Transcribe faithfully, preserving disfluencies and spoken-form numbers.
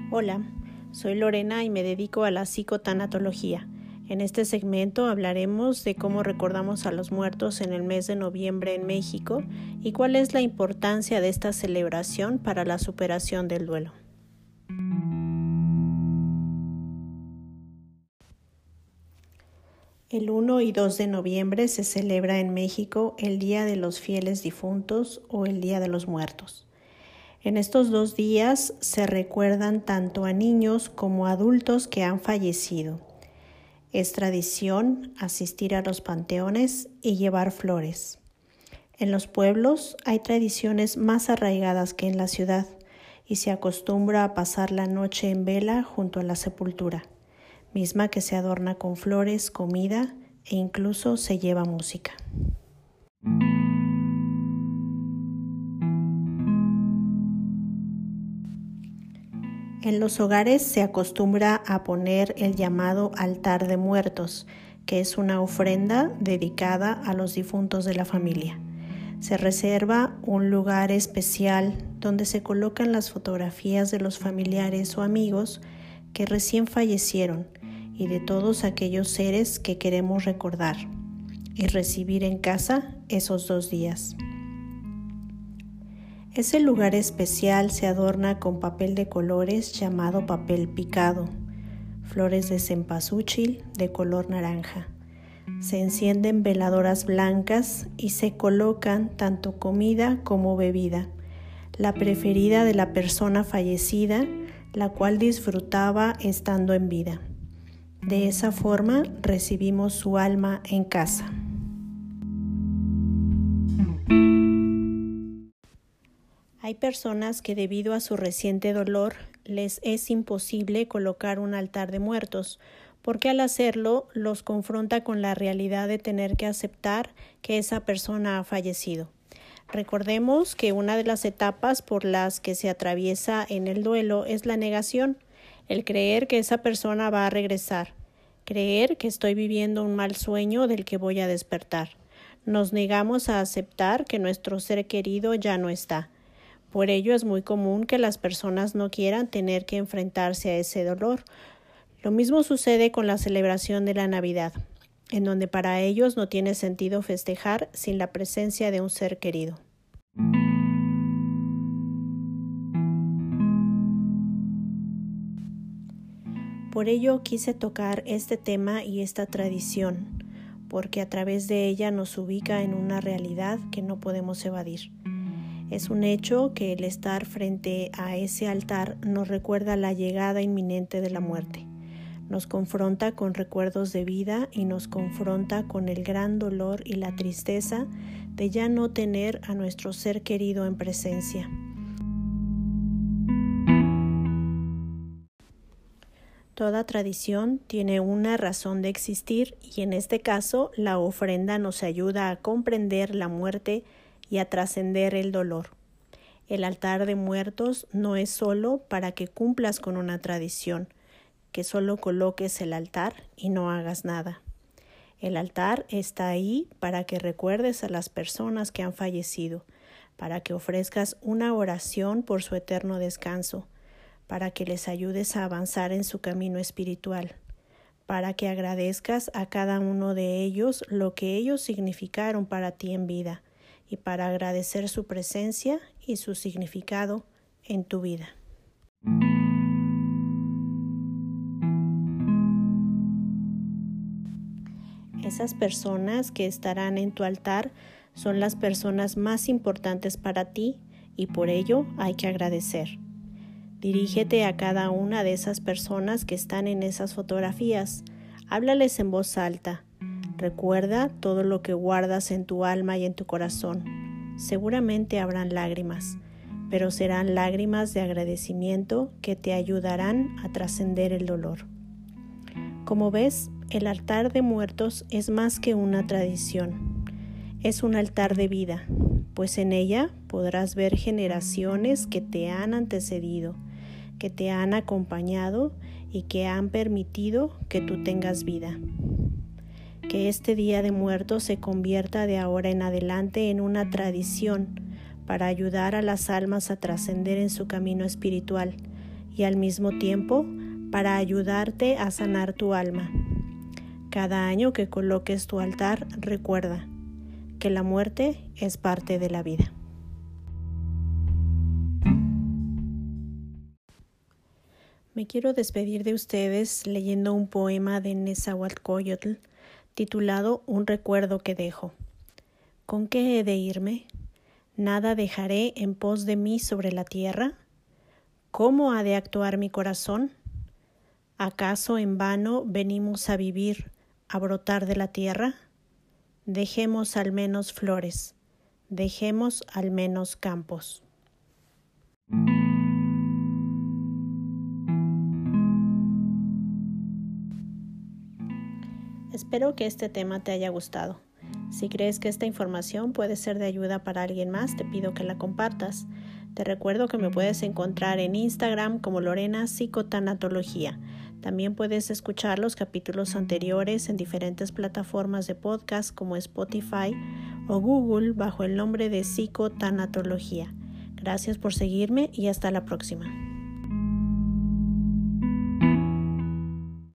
Hola, soy Lorena y me dedico a la psicotanatología. En este segmento hablaremos de cómo recordamos a los muertos en el mes de noviembre en México y cuál es la importancia de esta celebración para la superación del duelo. El uno y dos de noviembre se celebra en México el Día de los Fieles Difuntos o el Día de los Muertos. En estos dos días se recuerdan tanto a niños como a adultos que han fallecido. Es tradición asistir a los panteones y llevar flores. En los pueblos hay tradiciones más arraigadas que en la ciudad y se acostumbra a pasar la noche en vela junto a la sepultura, misma que se adorna con flores, comida e incluso se lleva música. En los hogares se acostumbra a poner el llamado altar de muertos, que es una ofrenda dedicada a los difuntos de la familia. Se reserva un lugar especial donde se colocan las fotografías de los familiares o amigos que recién fallecieron y de todos aquellos seres que queremos recordar y recibir en casa esos dos días. Ese lugar especial se adorna con papel de colores llamado papel picado, flores de cempasúchil de color naranja. Se encienden veladoras blancas y se colocan tanto comida como bebida, la preferida de la persona fallecida, la cual disfrutaba estando en vida. De esa forma recibimos su alma en casa. Hay personas que debido a su reciente dolor les es imposible colocar un altar de muertos, porque al hacerlo los confronta con la realidad de tener que aceptar que esa persona ha fallecido. Recordemos que una de las etapas por las que se atraviesa en el duelo es la negación, el creer que esa persona va a regresar, creer que estoy viviendo un mal sueño del que voy a despertar. Nos negamos a aceptar que nuestro ser querido ya no está. Por ello es muy común que las personas no quieran tener que enfrentarse a ese dolor. Lo mismo sucede con la celebración de la Navidad, en donde para ellos no tiene sentido festejar sin la presencia de un ser querido. Por ello quise tocar este tema y esta tradición, porque a través de ella nos ubica en una realidad que no podemos evadir. Es un hecho que el estar frente a ese altar nos recuerda la llegada inminente de la muerte. Nos confronta con recuerdos de vida y nos confronta con el gran dolor y la tristeza de ya no tener a nuestro ser querido en presencia. Toda tradición tiene una razón de existir y en este caso la ofrenda nos ayuda a comprender la muerte y a trascender el dolor. El altar de muertos no es solo para que cumplas con una tradición, que solo coloques el altar y no hagas nada. El altar está ahí para que recuerdes a las personas que han fallecido, para que ofrezcas una oración por su eterno descanso, para que les ayudes a avanzar en su camino espiritual, para que agradezcas a cada uno de ellos lo que ellos significaron para ti en vida, y para agradecer su presencia y su significado en tu vida. Esas personas que estarán en tu altar son las personas más importantes para ti y por ello hay que agradecer. Dirígete a cada una de esas personas que están en esas fotografías. Háblales en voz alta. Recuerda todo lo que guardas en tu alma y en tu corazón. Seguramente habrán lágrimas, pero serán lágrimas de agradecimiento que te ayudarán a trascender el dolor. Como ves, el altar de muertos es más que una tradición. Es un altar de vida, pues en ella podrás ver generaciones que te han antecedido, que te han acompañado y que han permitido que tú tengas vida. Que este Día de Muertos se convierta de ahora en adelante en una tradición para ayudar a las almas a trascender en su camino espiritual y al mismo tiempo para ayudarte a sanar tu alma. Cada año que coloques tu altar, recuerda que la muerte es parte de la vida. Me quiero despedir de ustedes leyendo un poema de Nezahualcóyotl titulado Un recuerdo que dejo. ¿Con qué he de irme? ¿Nada dejaré en pos de mí sobre la tierra? ¿Cómo ha de actuar mi corazón? ¿Acaso en vano venimos a vivir, a brotar de la tierra? Dejemos al menos flores, dejemos al menos campos. Espero que este tema te haya gustado. Si crees que esta información puede ser de ayuda para alguien más, te pido que la compartas. Te recuerdo que me puedes encontrar en Instagram como Lorena Psicotanatología. También puedes escuchar los capítulos anteriores en diferentes plataformas de podcast como Spotify o Google bajo el nombre de Psicotanatología. Gracias por seguirme y hasta la próxima.